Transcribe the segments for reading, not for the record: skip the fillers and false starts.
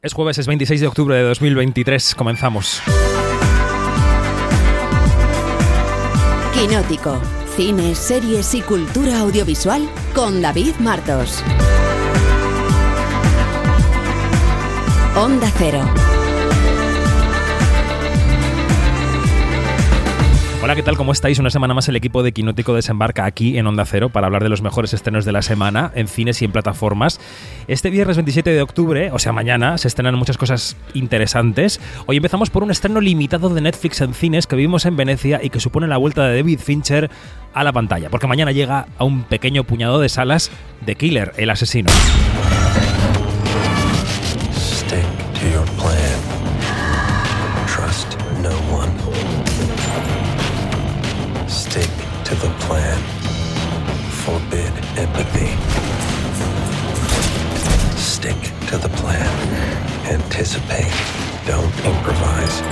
Es jueves, es 26 de octubre de 2023. Comenzamos. Quinótico. Cine, series y cultura audiovisual con David Martos. Onda Cero. Hola, ¿qué tal? ¿Cómo estáis? Una semana más el equipo de Quinótico desembarca aquí en Onda Cero para hablar de los mejores estrenos de la semana en cines y en plataformas. Este viernes 27 de octubre, o sea mañana, se estrenan muchas cosas interesantes. Hoy empezamos por un estreno limitado de Netflix en cines que vimos en Venecia y que supone la vuelta de David Fincher a la pantalla, porque mañana llega a un pequeño puñado de salas The Killer, el asesino. Stick to your plan. Trust no one. Stick to the plan. Forbid empathy. Stick to the plan. Anticipate. Don't improvise.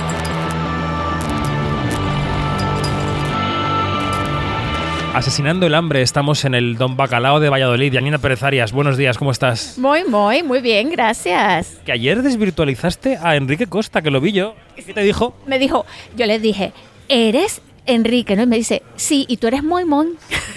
Asesinando el hambre, estamos en el Don Bacalao de Valladolid. Janina Pérez Arias, buenos días, ¿cómo estás? Muy bien, gracias. Que ayer desvirtualizaste a Enrique Costa, que lo vi yo. ¿Qué te dijo? Me dijo, yo le dije, ¿eres Enrique? ¿No? Y me dice, sí, y tú eres Moimón.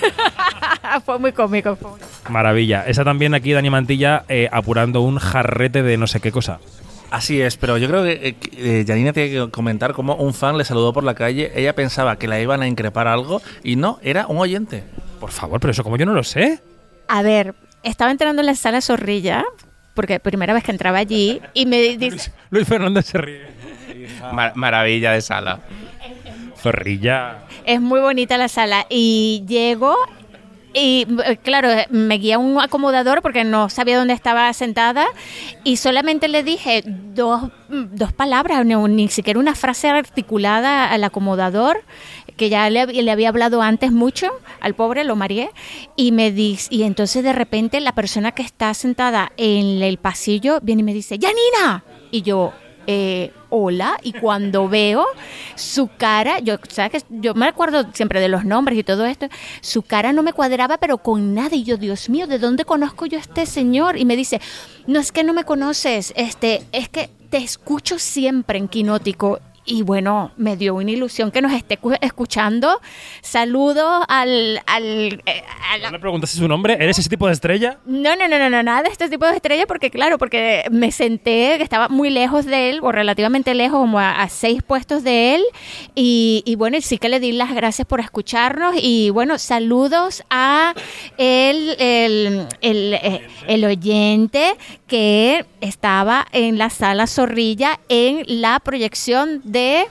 Fue muy cómico. Maravilla. Esa también aquí Dani Mantilla apurando un jarrete de no sé qué cosa. Así es, pero yo creo que Janina tiene que comentar cómo un fan le saludó por la calle. Ella pensaba que la iban a increpar algo y no, era un oyente. Por favor, pero eso como yo no lo sé. A ver, estaba entrando en la sala Zorrilla, porque primera vez que entraba allí, y me dice... Luis Fernández se ríe. Maravilla de sala. Zorrilla. Es muy bonita la sala, y llego... Y claro, me guía un acomodador porque no sabía dónde estaba sentada y solamente le dije dos palabras, ni siquiera una frase articulada al acomodador, que ya le había hablado antes mucho, al pobre lo mareé, y entonces de repente la persona que está sentada en el pasillo viene y me dice, ¡Janina! Y yo... hola, y cuando veo su cara, ¿sabes? Yo me acuerdo siempre de los nombres y todo esto, su cara no me cuadraba pero con nada, y yo, Dios mío, ¿de dónde conozco yo a este señor? Y me dice, no es que no me conoces, es que te escucho siempre en Quinótico. Y bueno, me dio una ilusión que nos esté escuchando. Saludo al ¿No le preguntaste su nombre? ¿Eres ese tipo de estrella? No, nada de este tipo de estrella, porque me senté, que estaba muy lejos de él, o relativamente lejos, como a 6 puestos de él, y bueno, sí que le di las gracias por escucharnos, y bueno, saludos a el oyente que estaba en la sala Zorrilla en la proyección de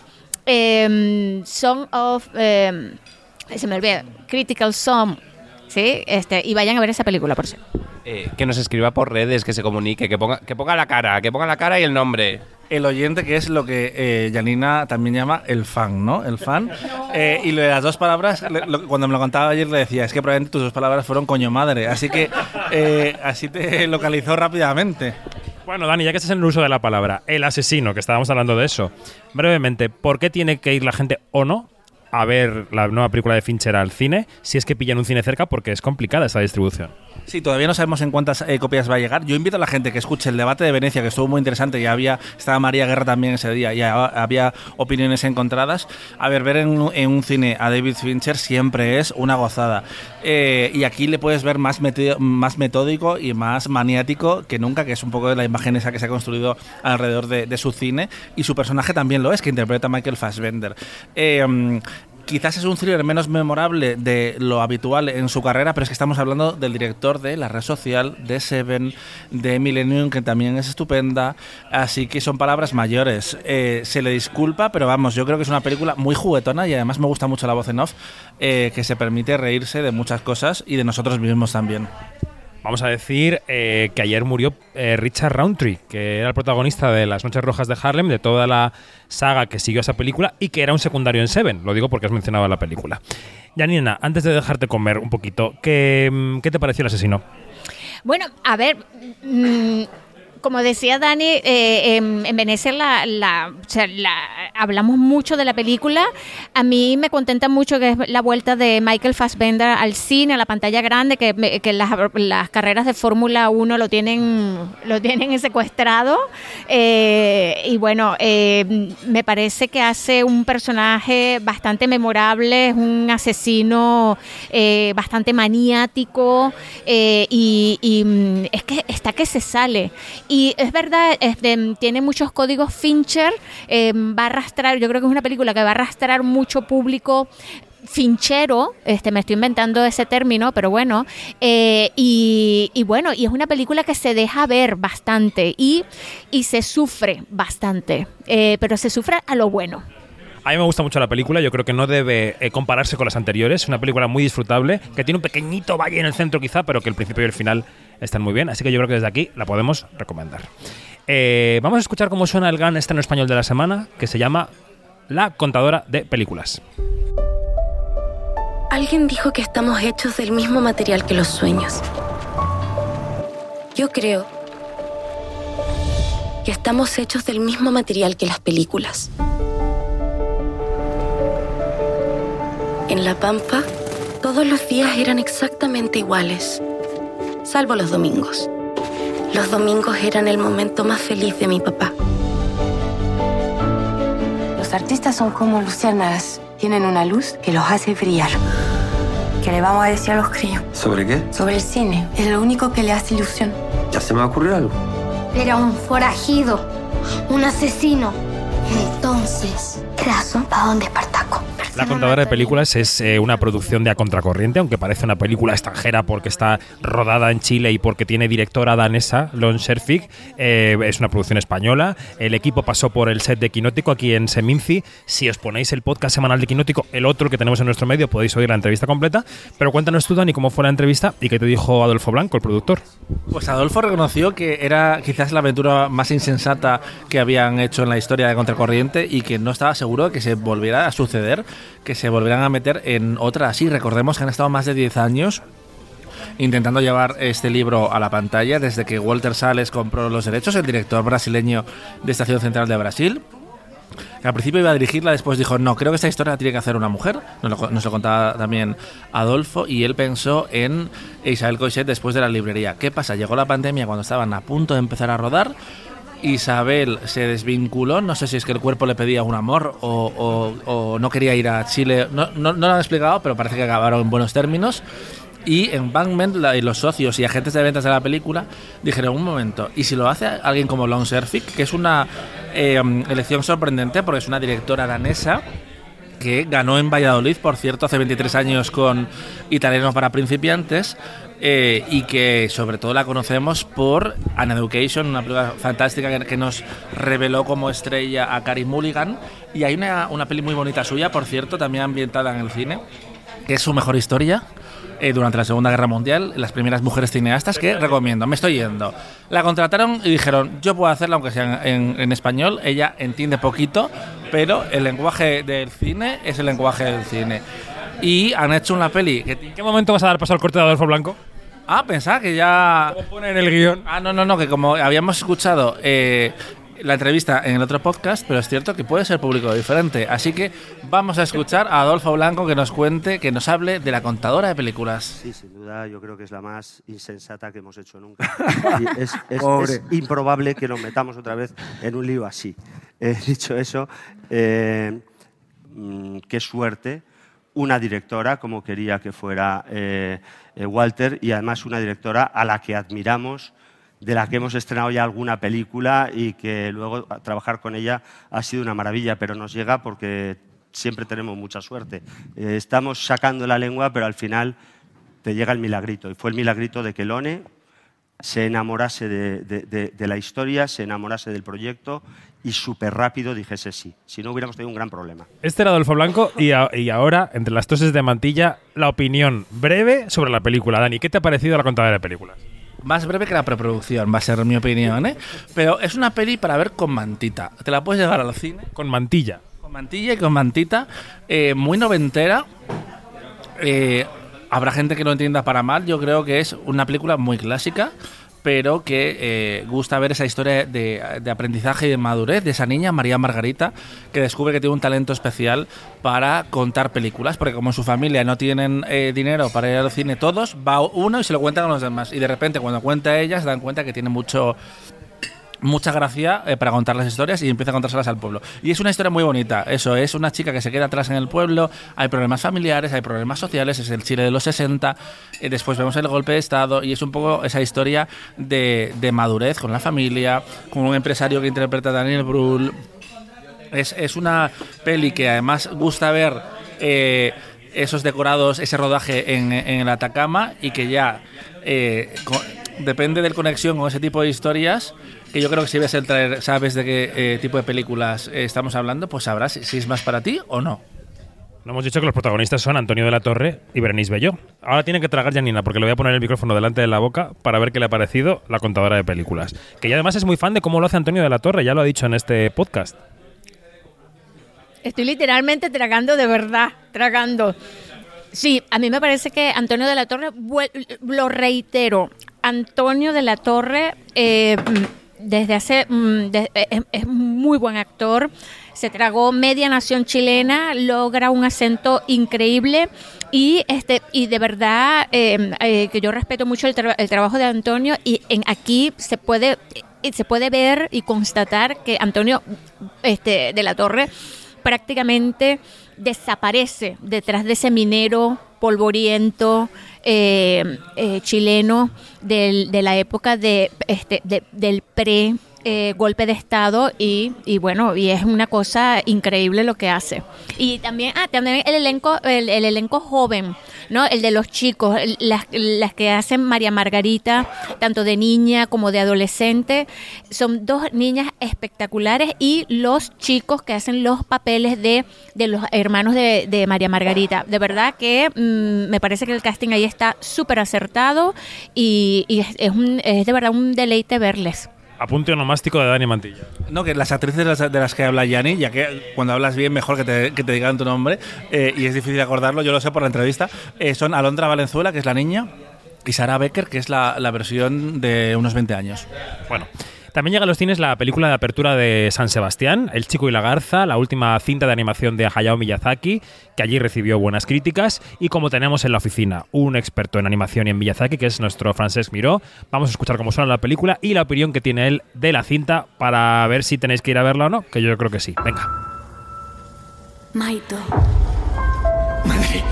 Song of... se me olvida, Critical Song, ¿sí? Y vayan a ver esa película, por cierto. Que nos escriba por redes, que se comunique, que ponga la cara y el nombre. El oyente, que es lo que Janina también llama el fan, ¿no? El fan. Y lo de las dos palabras, cuando me lo contaba ayer le decía, es que probablemente tus 2 palabras fueron coño madre, así que así te localizó rápidamente. Bueno, Dani, ya que estás en el uso de la palabra, el asesino, que estábamos hablando de eso, brevemente, ¿por qué tiene que ir la gente o no a ver la nueva película de Fincher al cine, si es que pillan un cine cerca, porque es complicada esta distribución? Sí, todavía no sabemos en cuántas copias va a llegar. Yo invito a la gente que escuche el debate de Venecia, que estuvo muy interesante, y estaba María Guerra también ese día, y había opiniones encontradas. A ver en un cine a David Fincher siempre es una gozada. Y aquí le puedes ver más metódico y más maniático que nunca, que es un poco de la imagen esa que se ha construido alrededor de su cine, y su personaje también lo es, que interpreta a Michael Fassbender. Quizás es un thriller menos memorable de lo habitual en su carrera, pero es que estamos hablando del director de La Red Social, de Seven, de Millennium, que también es estupenda, así que son palabras mayores. Se le disculpa, pero vamos, yo creo que es una película muy juguetona, y además me gusta mucho la voz en off, que se permite reírse de muchas cosas y de nosotros mismos también. Vamos a decir que ayer murió Richard Roundtree, que era el protagonista de Las Noches Rojas de Harlem, de toda la saga que siguió esa película, y que era un secundario en Seven. Lo digo porque has mencionado la película. Janina, antes de dejarte comer un poquito, ¿qué te pareció El asesino? Bueno, a ver... Como decía Dani, en Venecia hablamos mucho de la película. A mí me contenta mucho que es la vuelta de Michael Fassbender al cine, a la pantalla grande, que las carreras de Fórmula 1 lo tienen secuestrado. Y bueno, me parece que hace un personaje bastante memorable, es un asesino bastante maniático y es que está que se sale. Y es verdad, tiene muchos códigos Fincher, va a arrastrar, yo creo que es una película que va a arrastrar mucho público finchero, me estoy inventando ese término, pero bueno, y bueno, y es una película que se deja ver bastante y se sufre bastante, pero se sufre a lo bueno. A mí me gusta mucho la película, yo creo que no debe compararse con las anteriores, es una película muy disfrutable, que tiene un pequeñito valle en el centro quizá, pero que el principio y el final están muy bien, así que yo creo que desde aquí la podemos recomendar. Vamos a escuchar cómo suena el gran estreno español de la semana, que se llama La contadora de películas. Alguien dijo que estamos hechos del mismo material que los sueños. Yo creo que estamos hechos del mismo material que las películas. En La Pampa, todos los días eran exactamente iguales, salvo los domingos. Los domingos eran el momento más feliz de mi papá. Los artistas son como luciérnagas, tienen una luz que los hace brillar. ¿Qué le vamos a decir a los críos? ¿Sobre qué? Sobre el cine, es lo único que le hace ilusión. ¿Ya se me va a ocurrir algo? Era un forajido, un asesino. Entonces, Craso va donde Espartaco. La contadora de películas es una producción de A Contracorriente, aunque parece una película extranjera porque está rodada en Chile y porque tiene directora danesa, Lone Scherfig. Es una producción española. El equipo pasó por el set de Quinótico aquí en Seminci. Si os ponéis el podcast semanal de Quinótico, el otro que tenemos en nuestro medio, podéis oír la entrevista completa. Pero cuéntanos tú, Dani, cómo fue la entrevista y qué te dijo Adolfo Blanco, el productor. Pues Adolfo reconoció que era quizás la aventura más insensata que habían hecho en la historia de Contracorriente y que no estaba seguro de que se volviera a suceder, que se volvieran a meter en otra así. Recordemos que han estado más de 10 años intentando llevar este libro a la pantalla desde que Walter Salles compró los derechos, el director brasileño de Estación Central de Brasil. Al principio iba a dirigirla, después dijo, no, creo que esta historia la tiene que hacer una mujer. Nos lo contaba también Adolfo, y él pensó en Isabel Coixet después de La librería. ¿Qué pasa? Llegó la pandemia cuando estaban a punto de empezar a rodar. Isabel se desvinculó, no sé si es que el cuerpo le pedía un amor o no quería ir a Chile, no lo han explicado, pero parece que acabaron en buenos términos. Y en Bankman, los socios y agentes de ventas de la película dijeron, un momento, ¿y si lo hace alguien como Lone Scherfig? Que es una elección sorprendente porque es una directora danesa que ganó en Valladolid, por cierto, hace 23 años con Italiano para principiantes, y que sobre todo la conocemos por An Education, una película fantástica que nos reveló como estrella a Carey Mulligan. Y hay una peli muy bonita suya, por cierto, también ambientada en el cine, que es su mejor historia, durante la Segunda Guerra Mundial, las primeras mujeres cineastas, que recomiendo. Me estoy yendo. La contrataron y dijeron, yo puedo hacerla aunque sea en español. Ella entiende poquito, pero el lenguaje del cine es el lenguaje del cine. Y han hecho una peli que... ¿En qué momento vas a dar paso al corte de Adolfo Blanco? Ah, pensaba que ya... ¿Cómo pone en el guión? Ah, no, que como habíamos escuchado la entrevista en el otro podcast, pero es cierto que puede ser público diferente. Así que vamos a escuchar a Adolfo Blanco que nos cuente, que nos hable de La contadora de películas. Sí, sin duda, yo creo que es la más insensata que hemos hecho nunca. Y es improbable que nos metamos otra vez en un lío así. Dicho eso, qué suerte. Una directora, como quería que fuera Walter, y además una directora a la que admiramos, de la que hemos estrenado ya alguna película y que luego trabajar con ella ha sido una maravilla, pero nos llega porque siempre tenemos mucha suerte. Estamos sacando la lengua, pero al final te llega el milagrito, y fue el milagrito de que Lone se enamorase de la historia, se enamorase del proyecto y súper rápido dijese sí. Si no, hubiéramos tenido un gran problema. Este era Adolfo Blanco y ahora, entre las toses de Mantilla, la opinión breve sobre la película. Dani, ¿qué te ha parecido La contadora de películas? Más breve que la preproducción, va a ser mi opinión, ¿eh? Pero es una peli para ver con mantita. Te la puedes llevar al cine. Con mantilla. Con mantilla y con mantita. Muy noventera. Habrá gente que lo entienda para mal. Yo creo que es una película muy clásica, pero que gusta ver esa historia de aprendizaje y de madurez de esa niña, María Margarita, que descubre que tiene un talento especial para contar películas, porque como en su familia no tienen dinero para ir al cine todos, va uno y se lo cuentan a los demás, y de repente cuando cuenta ella se dan cuenta que tiene mucha gracia para contar las historias y empieza a contárselas al pueblo. Y es una historia muy bonita. Eso, es una chica que se queda atrás en el pueblo, hay problemas familiares, hay problemas sociales, es el Chile de los 60, después vemos el golpe de Estado y es un poco esa historia de madurez con la familia, con un empresario que interpreta a Daniel Brühl. Es una peli que además gusta ver esos decorados, ese rodaje en el Atacama, y que ya depende de conexión con ese tipo de historias, que yo creo que si ves el trailer, sabes de qué tipo de películas estamos hablando, pues sabrás si es más para ti o no. No hemos dicho que los protagonistas son Antonio de la Torre y Berenice Bello. Ahora tiene que tragar Janina, porque le voy a poner el micrófono delante de la boca para ver qué le ha parecido la contadora de películas. Que ya además es muy fan de cómo lo hace Antonio de la Torre, ya lo ha dicho en este podcast. Estoy literalmente tragando, de verdad, tragando. Sí, a mí me parece que Antonio de la Torre, lo reitero, Antonio de la Torre desde hace es muy buen actor, se tragó media nación chilena, logra un acento increíble y de verdad que yo respeto mucho el trabajo de Antonio, y aquí se puede ver y constatar que Antonio de la Torre prácticamente desaparece detrás de ese minero polvoriento chileno de la época del pre golpe de Estado, y bueno, y es una cosa increíble lo que hace. Y también el elenco joven, ¿no? El de los chicos, las que hacen María Margarita, tanto de niña como de adolescente, son dos niñas espectaculares, y los chicos que hacen los papeles de los hermanos de María Margarita. De verdad que me parece que el casting ahí está súper acertado, y es de verdad un deleite verles. Apunte onomástico de Dani Mantilla. No, que las actrices de las que habla Yanni, ya que cuando hablas bien mejor que te digan tu nombre, y es difícil acordarlo, yo lo sé por la entrevista, son Alondra Valenzuela, que es la niña, y Sarah Becker, que es la versión de unos 20 años. Bueno, también llega a los cines la película de apertura de San Sebastián, El chico y la garza, la última cinta de animación de Hayao Miyazaki, que allí recibió buenas críticas. Y como tenemos en la oficina un experto en animación y en Miyazaki, que es nuestro Francesc Miró, vamos a escuchar cómo suena la película y la opinión que tiene él de la cinta, para ver si tenéis que ir a verla o no, que yo creo que sí. Venga. Maito. Madre.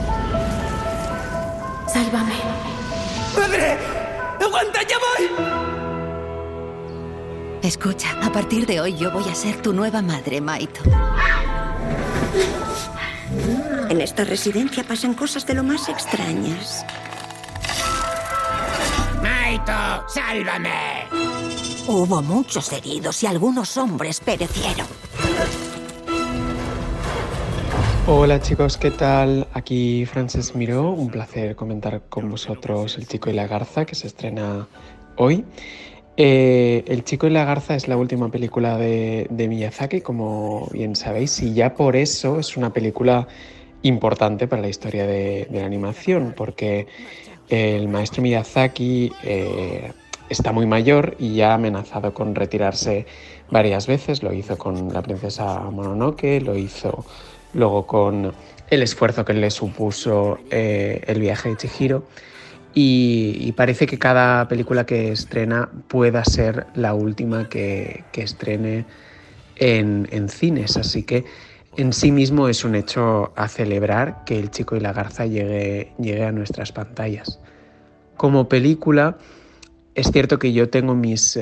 Sálvame. ¡Madre! ¡Aguanta, ya voy! Escucha, a partir de hoy yo voy a ser tu nueva madre, Maito. En esta residencia pasan cosas de lo más extrañas. ¡Maito, sálvame! Hubo muchos heridos y algunos hombres perecieron. Hola chicos, ¿qué tal? Aquí Francesc Miró, un placer comentar con vosotros El chico y la garza, que se estrena hoy. El chico y la garza es la última película de Miyazaki, como bien sabéis, y ya por eso es una película importante para la historia de la animación, porque el maestro Miyazaki está muy mayor y ya ha amenazado con retirarse varias veces. Lo hizo con La princesa Mononoke, lo hizo luego con el esfuerzo que le supuso El viaje de Chihiro. Y parece que cada película que estrena pueda ser la última que estrene en cines. Así que en sí mismo es un hecho a celebrar que El chico y la garza llegue a nuestras pantallas. Como película, es cierto que yo tengo mis,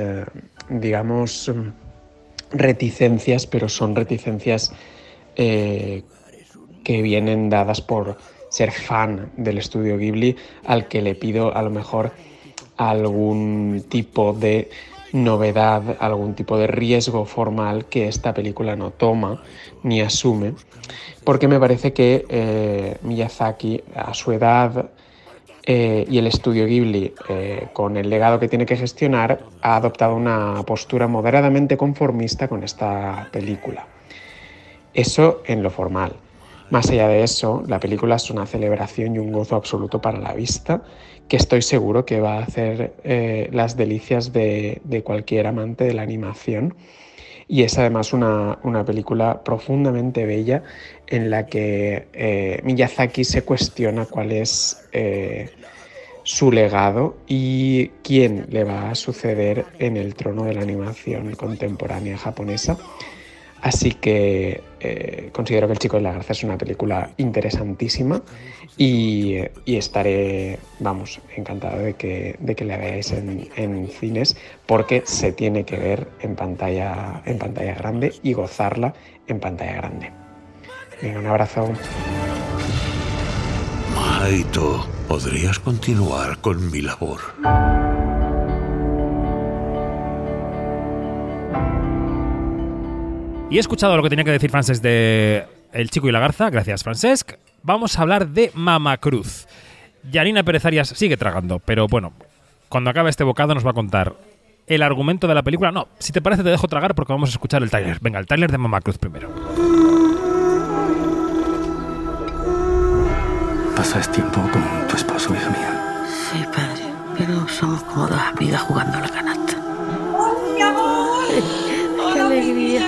reticencias, pero son reticencias que vienen dadas por ser fan del estudio Ghibli, al que le pido a lo mejor algún tipo de novedad, algún tipo de riesgo formal que esta película no toma ni asume, porque me parece que Miyazaki, a su edad, y el estudio Ghibli, con el legado que tiene que gestionar, ha adoptado una postura moderadamente conformista con esta película. Eso en lo formal. Más allá de eso, la película es una celebración y un gozo absoluto para la vista, que estoy seguro que va a hacer las delicias de cualquier amante de la animación. Y es además una película profundamente bella en la que Miyazaki se cuestiona cuál es su legado y quién le va a suceder en el trono de la animación contemporánea japonesa. Así que considero que El chico y la garza es una película interesantísima y estaré, encantado de que la veáis en cines, porque se tiene que ver en pantalla grande y gozarla en pantalla grande. Venga, un abrazo. Maito, ¿podrías continuar con mi labor? Y he escuchado lo que tenía que decir Francesc de El chico y la garza. Gracias, Francesc. Vamos a hablar de Mamacruz. Yanina Pérez Arias sigue tragando, pero bueno, cuando acabe este bocado nos va a contar el argumento de la película. No, si te parece te dejo tragar porque vamos a escuchar el tráiler. Venga, el tráiler de Mamacruz primero. ¿Pasas tiempo con tu esposo, hija mía? Sí, padre, pero somos como dos amigas jugando a la canasta. ¡Qué alegría!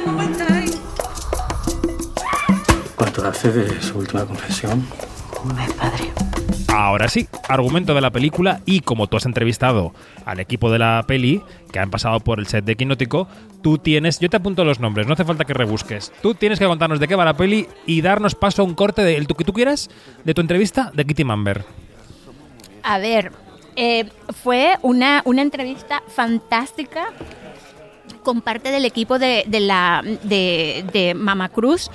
¿Cuánto hace de su última confesión? Un mes, padre. Ahora sí, argumento de la película, y como tú has entrevistado al equipo de la peli, que han pasado por el set de Quinótico, tú tienes... Yo te apunto los nombres, no hace falta que rebusques. Tú tienes que contarnos de qué va la peli y darnos paso a un corte del que tú quieras de tu entrevista de Kitty Mamber. A ver, fue una entrevista fantástica con parte del equipo de Mamacruz.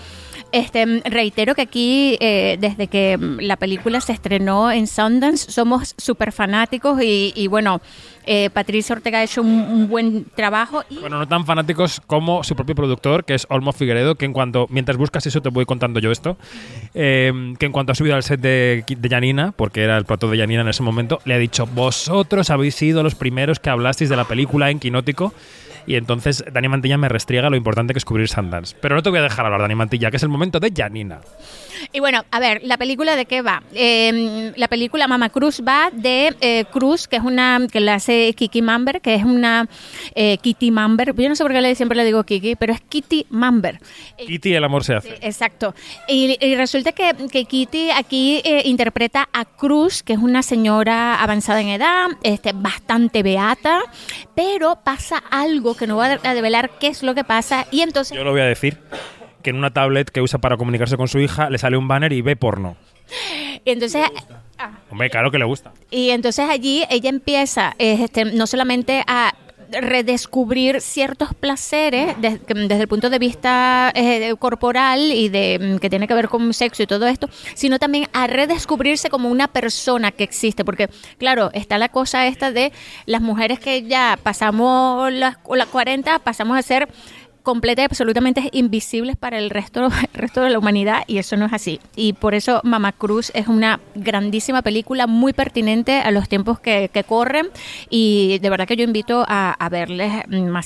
Reitero que aquí, desde que la película se estrenó en Sundance, somos súper fanáticos y bueno, Patricio Ortega ha hecho un buen trabajo. Bueno, no tan fanáticos como su propio productor, que es Olmo Figueredo, que mientras buscas eso te voy contando yo esto, que en cuanto ha subido al set de Yanina, porque era el plató de Yanina en ese momento, le ha dicho: vosotros habéis sido los primeros que hablasteis de la película en Quinótico. Y entonces Dani Mantilla me restriega lo importante que es cubrir Sundance. Pero no te voy a dejar hablar, Dani Mantilla, que es el momento de Yanina. Y bueno, a ver, ¿la película de qué va? La película Mamacruz va de Cruz, que la hace Kiki Mamber, que es una Kitty Mamber. Yo no sé por qué siempre le digo Kiki, pero es Kitty Mamber. Kitty, el amor se hace. Exacto. Y resulta que Kitty aquí interpreta a Cruz, que es una señora avanzada en edad, bastante beata, pero pasa algo que no voy a develar qué es lo que pasa, y entonces... Yo lo voy a decir, que en una tablet que usa para comunicarse con su hija le sale un banner y ve porno. Y entonces... Hombre, claro que le gusta. Y entonces allí ella empieza no solamente a redescubrir ciertos placeres desde el punto de vista corporal y que tiene que ver con sexo y todo esto, sino también a redescubrirse como una persona que existe, porque claro, está la cosa esta de las mujeres que ya pasamos las 40, pasamos a ser completa y absolutamente invisibles para el resto de la humanidad, y eso no es así. Y por eso Mamacruz es una grandísima película, muy pertinente a los tiempos que corren, y de verdad que yo invito a verla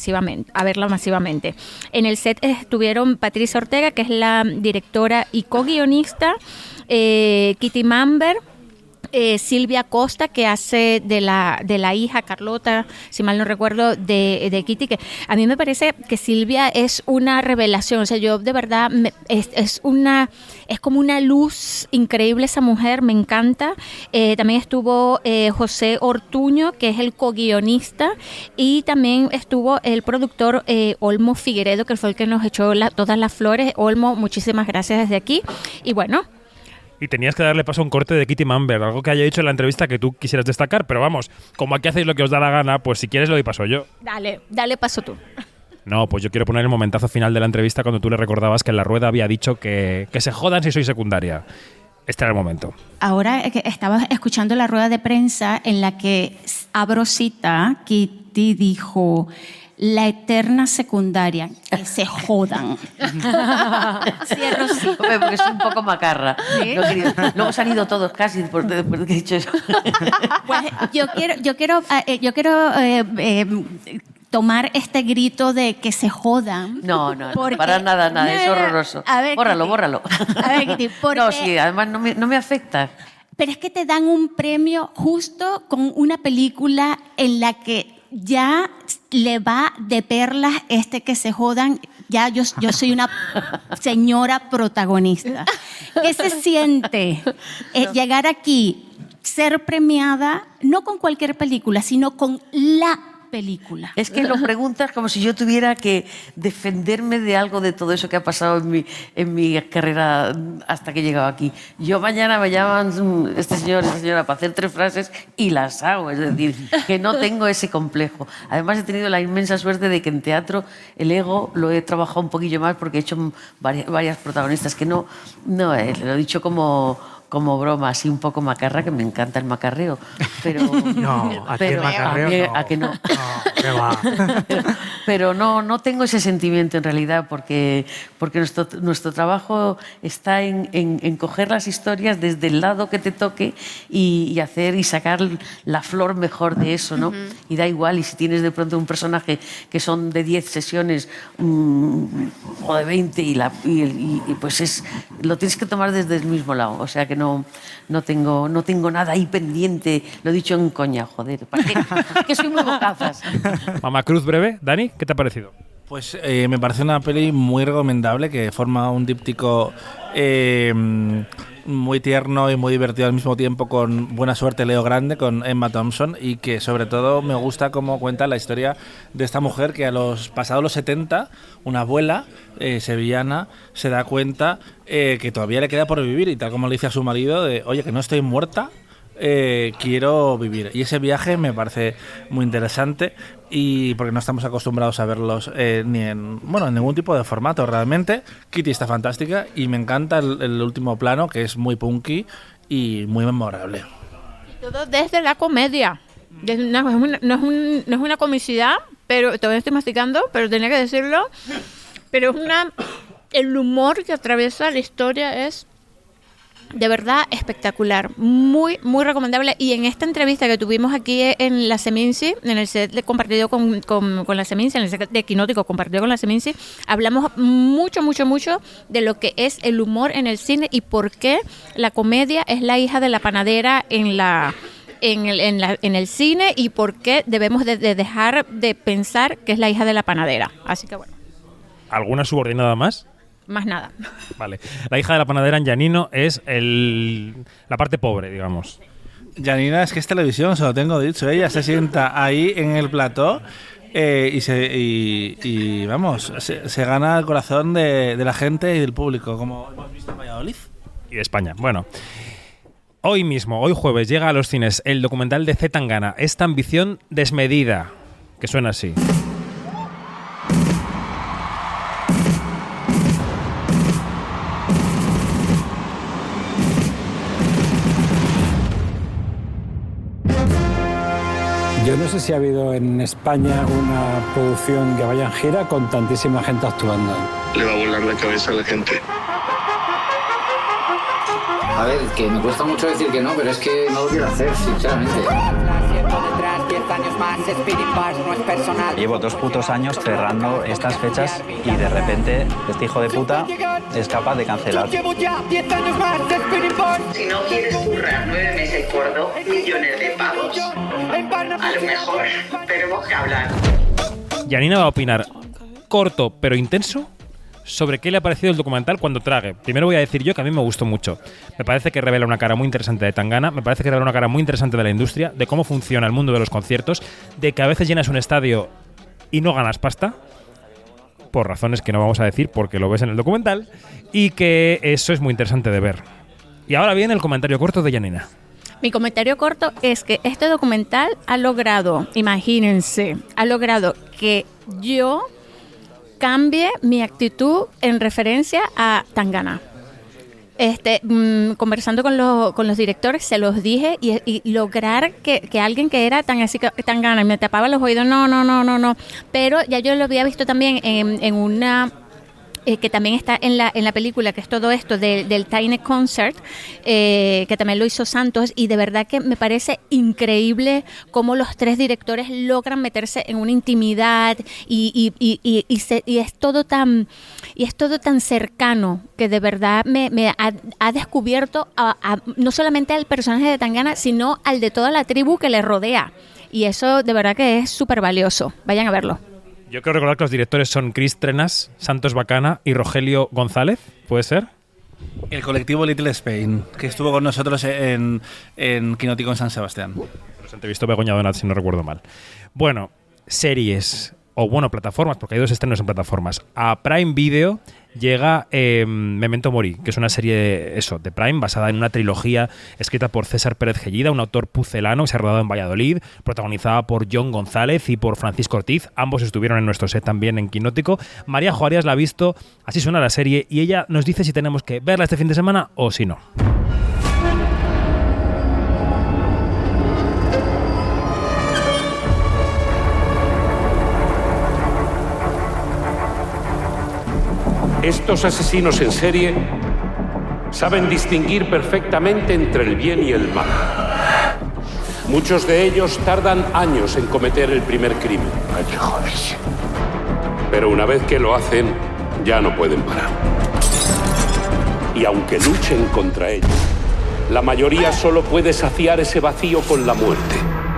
masivamente. En el set estuvieron Patricia Ortega, que es la directora y co-guionista, Kitty Mamber, Silvia Costa, que hace de la hija Carlota, si mal no recuerdo, de Kitty, que a mí me parece que Silvia es una revelación. O sea, yo de verdad es como una luz increíble esa mujer, me encanta. También estuvo José Ortuño, que es el co-guionista, y también estuvo el productor Olmo Figueredo, que fue el que nos echó todas las flores. Olmo, muchísimas gracias desde aquí. Y bueno, y tenías que darle paso a un corte de Kitty Mamber, algo que haya dicho en la entrevista que tú quisieras destacar, pero vamos, como aquí hacéis lo que os da la gana, pues si quieres lo doy paso yo. Dale paso tú. No, pues yo quiero poner el momentazo final de la entrevista cuando tú le recordabas que en la rueda había dicho que se jodan si soy secundaria. Este era el momento. Ahora estaba escuchando la rueda de prensa en la que, abro cita, Kitty dijo: la eterna secundaria, que se jodan. Cierro sí. Porque soy un poco macarra. ¿Sí? Luego se han ido todos casi después de que he dicho eso. Pues yo quiero tomar este grito de que se jodan. No, para nada, es horroroso. A ver, bórralo. A ver, Kitty, porque... No, sí, además no me afecta. Pero es que te dan un premio justo con una película en la que ya le va de perlas que se jodan. Ya yo soy una señora protagonista. ¿Qué se siente llegar aquí, ser premiada, no con cualquier película, sino con la película? Es que lo preguntas como si yo tuviera que defenderme de algo de todo eso que ha pasado en mi carrera hasta que he llegado aquí. Yo mañana me llaman este señor, esta señora para hacer 3 frases y las hago. Es decir, que no tengo ese complejo. Además, he tenido la inmensa suerte de que en teatro el ego lo he trabajado un poquillo más porque he hecho varias protagonistas que no lo he dicho como broma, así un poco macarra, que me encanta el macarreo, pero a que no. Pero no tengo ese sentimiento en realidad, porque nuestro trabajo está en coger las historias desde el lado que te toque y hacer y sacar la flor mejor de eso, ¿no? Y da igual, y si tienes de pronto un personaje que son de 10 sesiones o de 20 y pues lo tienes que tomar desde el mismo lado, o sea que no tengo nada ahí pendiente. Lo he dicho en coña, joder. ¿Para qué? Que soy muy bocazas. Mamá Cruz, breve. Dani, ¿qué te ha parecido? Pues me parece una peli muy recomendable que forma un díptico muy tierno y muy divertido al mismo tiempo, con buena suerte Leo Grande, con Emma Thompson, y que sobre todo me gusta cómo cuenta la historia de esta mujer que pasados los 70, una abuela sevillana se da cuenta que todavía le queda por vivir, y tal como le dice a su marido de, oye, que no estoy muerta, quiero vivir. Y ese viaje me parece muy interesante, y porque no estamos acostumbrados a verlos ni en ningún tipo de formato realmente. Kitty está fantástica y me encanta el último plano, que es muy punky y muy memorable. Todo desde la comedia. No es una comicidad, pero todavía estoy masticando, pero tenía que decirlo. Pero el humor que atraviesa la historia es de verdad espectacular, muy, muy recomendable. Y en esta entrevista que tuvimos aquí en la Seminci, en el set compartido con la Seminci, en el set de Quinótico compartido con la Seminci, hablamos mucho de lo que es el humor en el cine y por qué la comedia es la hija de la panadera en el cine, y por qué debemos de dejar de pensar que es la hija de la panadera. Así que bueno. ¿Alguna subordinada más? Más nada. Vale. La hija de la panadera en Giannino es la parte pobre, digamos. Janina es que es televisión, se lo tengo dicho. Ella se sienta ahí en el plató y se gana el corazón de la gente y del público, como hemos visto en Valladolid. Y de España. Bueno, hoy jueves, llega a los cines el documental de C. Tangana, Esta ambición desmedida, que suena así. Yo no sé si ha habido en España una producción que vaya en gira con tantísima gente actuando. Le va a volar la cabeza a la gente. A ver, que me cuesta mucho decir que no, pero es que no lo quiero hacer, sinceramente. Llevo 2 putos años cerrando estas fechas y de repente este hijo de puta es capaz de cancelar. Si no quieres currar 9 meses gordo, millones de pavos. A lo mejor tenemos que hablar. Janina va a opinar corto pero intenso sobre qué le ha parecido el documental cuando trague. Primero voy a decir yo que a mí me gustó mucho. Me parece que revela una cara muy interesante de Tangana, me parece que revela una cara muy interesante de la industria, de cómo funciona el mundo de los conciertos, de que a veces llenas un estadio y no ganas pasta, por razones que no vamos a decir porque lo ves en el documental, y que eso es muy interesante de ver. Y ahora viene el comentario corto de Janina. Mi comentario corto es que este documental ha logrado, imagínense, que yo cambie mi actitud en referencia a Tangana. Conversando con los directores, se los dije, y lograr que alguien que era tan así, Tangana, y me tapaba los oídos, no. Pero ya yo lo había visto también en una que también está en la película, que es todo esto del Tiny Concert, que también lo hizo Santos, y de verdad que me parece increíble cómo los tres directores logran meterse en una intimidad y es todo tan cercano, que de verdad me ha descubierto no solamente al personaje de Tangana, sino al de toda la tribu que le rodea, y eso de verdad que es súper valioso. Vayan a verlo. Yo quiero recordar que los directores son Chris Trenas, Santos Bacana y Rogelio González, ¿puede ser? El colectivo Little Spain, que estuvo con nosotros en Quinótico en San Sebastián. Los entrevistó Begoña Donat, si no recuerdo mal. Bueno, series, o bueno, plataformas, porque hay 2 estrenos en plataformas. A Prime Video llega Memento Mori, que es una serie de Prime basada en una trilogía escrita por César Pérez Gellida, un autor pucelano que se ha rodado en Valladolid, protagonizada por John González y por Francisco Ortiz. Ambos estuvieron en nuestro set también en Quinótico. María Juárez la ha visto, así suena la serie, y ella nos dice si tenemos que verla este fin de semana o si no. Estos asesinos en serie saben distinguir perfectamente entre el bien y el mal. Muchos de ellos tardan años en cometer el primer crimen. Hay que joderse. Pero una vez que lo hacen, ya no pueden parar. Y aunque luchen contra ellos, la mayoría solo puede saciar ese vacío con la muerte.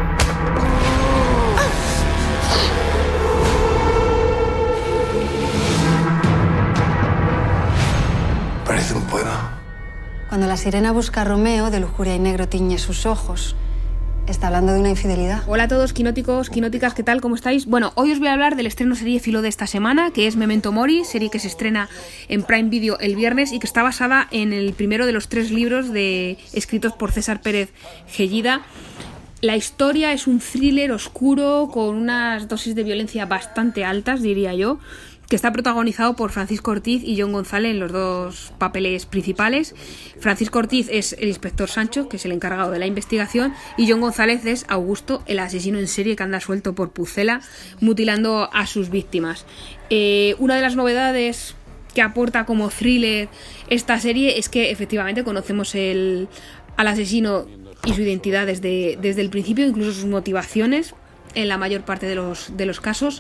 Parece un poema. Cuando la sirena busca a Romeo, de lujuria y negro tiñe sus ojos. Está hablando de una infidelidad. Hola a todos, quinóticos, quinóticas, ¿qué tal? ¿Cómo estáis? Bueno, hoy os voy a hablar del estreno seriéfilo de esta semana, que es Memento Mori, serie que se estrena en Prime Video el viernes y que está basada en el primero de los 3 libros escritos por César Pérez Gellida. La historia es un thriller oscuro con unas dosis de violencia bastante altas, diría yo, que está protagonizado por Francisco Ortiz y John González en los 2 papeles principales. Francisco Ortiz es el inspector Sancho, que es el encargado de la investigación, y John González es Augusto, el asesino en serie que anda suelto por Pucela, mutilando a sus víctimas. Una de las novedades que aporta como thriller esta serie es que efectivamente conocemos al asesino y su identidad desde el principio, incluso sus motivaciones en la mayor parte de los casos.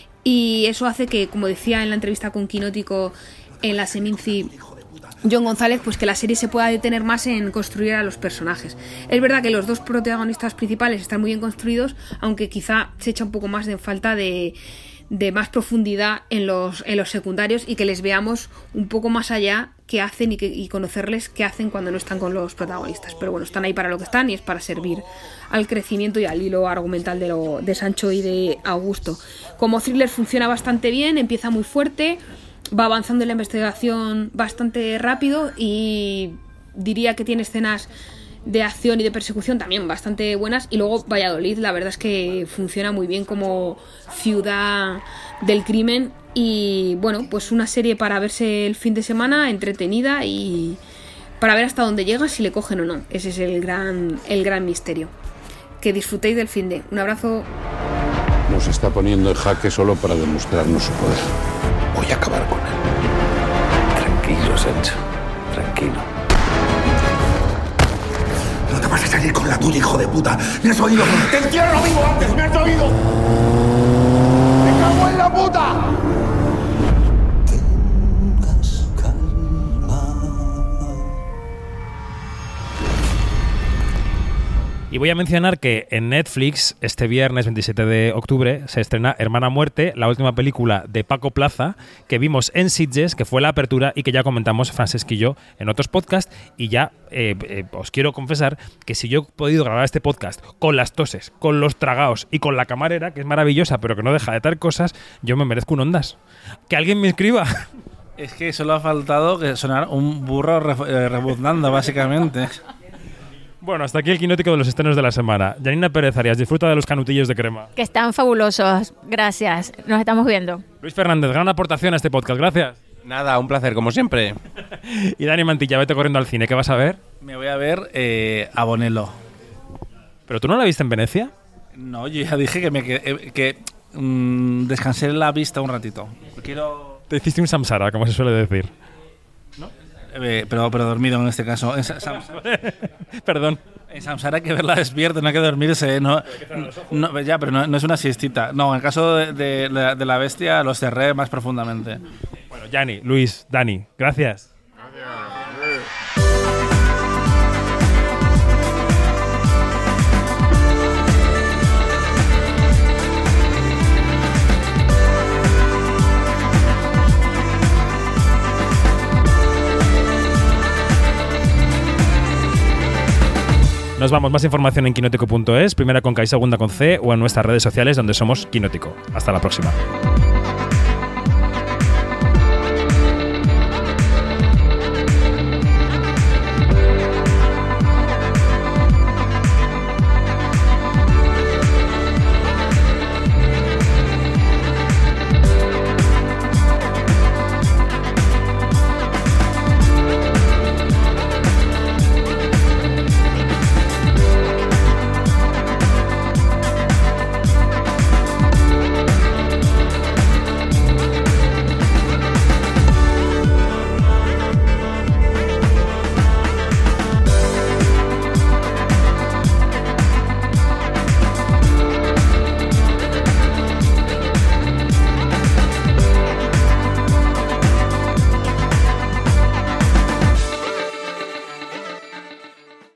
Y eso hace que, como decía en la entrevista con Quinótico en la Seminci John González, pues que la serie se pueda detener más en construir a los personajes. Es verdad que los 2 protagonistas principales están muy bien construidos, aunque quizá se echa un poco más de falta de más profundidad en los secundarios, y que les veamos un poco más allá qué hacen y conocerles qué hacen cuando no están con los protagonistas. Pero bueno, están ahí para lo que están, y es para servir al crecimiento y al hilo argumental de Sancho y de Augusto. Como thriller funciona bastante bien, empieza muy fuerte, va avanzando en la investigación bastante rápido, y diría que tiene escenas de acción y de persecución también bastante buenas. Y luego Valladolid, la verdad es que funciona muy bien como ciudad del crimen. Y bueno, pues una serie para verse el fin de semana, entretenida, y para ver hasta dónde llega, si le cogen o no. Ese es el gran misterio. Que disfrutéis del fin de. Un abrazo. Nos está poniendo en jaque solo para demostrarnos su poder. Voy a acabar con él. Tranquilo, Sancho. Tranquilo. No te vas a salir con la tuya, hijo de puta. ¿Me has oído? ¡Te entierro vivo antes! ¿Me has oído? ¡Me cago en la puta! Y voy a mencionar que en Netflix, este viernes 27 de octubre, se estrena Hermana Muerte, la última película de Paco Plaza, que vimos en Sitges, que fue la apertura y que ya comentamos Francesc y yo en otros podcasts. Y ya os quiero confesar que si yo he podido grabar este podcast con las toses, con los tragaos y con la camarera, que es maravillosa, pero que no deja de dar cosas, yo me merezco un Ondas. ¡Que alguien me escriba! Es que solo ha faltado que sonar un burro rebuznando, básicamente. Bueno, hasta aquí el Quinótico de los estrenos de la semana. Janina Pérez Arias, disfruta de los canutillos de crema. Que están fabulosos. Gracias. Nos estamos viendo. Luis Fernández, gran aportación a este podcast. Gracias. Nada, un placer, como siempre. Y Dani Mantilla, vete corriendo al cine. ¿Qué vas a ver? Me voy a ver a Bonello. ¿Pero tú no la viste en Venecia? No, yo ya dije que descansé la vista un ratito. Te hiciste un samsara, como se suele decir. ¿No? Pero dormido en este caso. Perdón. En samsara hay que verla despierta, no hay que dormirse. No, ya, pero no es una siestita. No, en el caso de la bestia lo cerré más profundamente. Bueno, Yanni, Luis, Dani, gracias. Nos vamos, más información en quinótico.es, primera con K y segunda con C, o en nuestras redes sociales donde somos Quinótico. Hasta la próxima.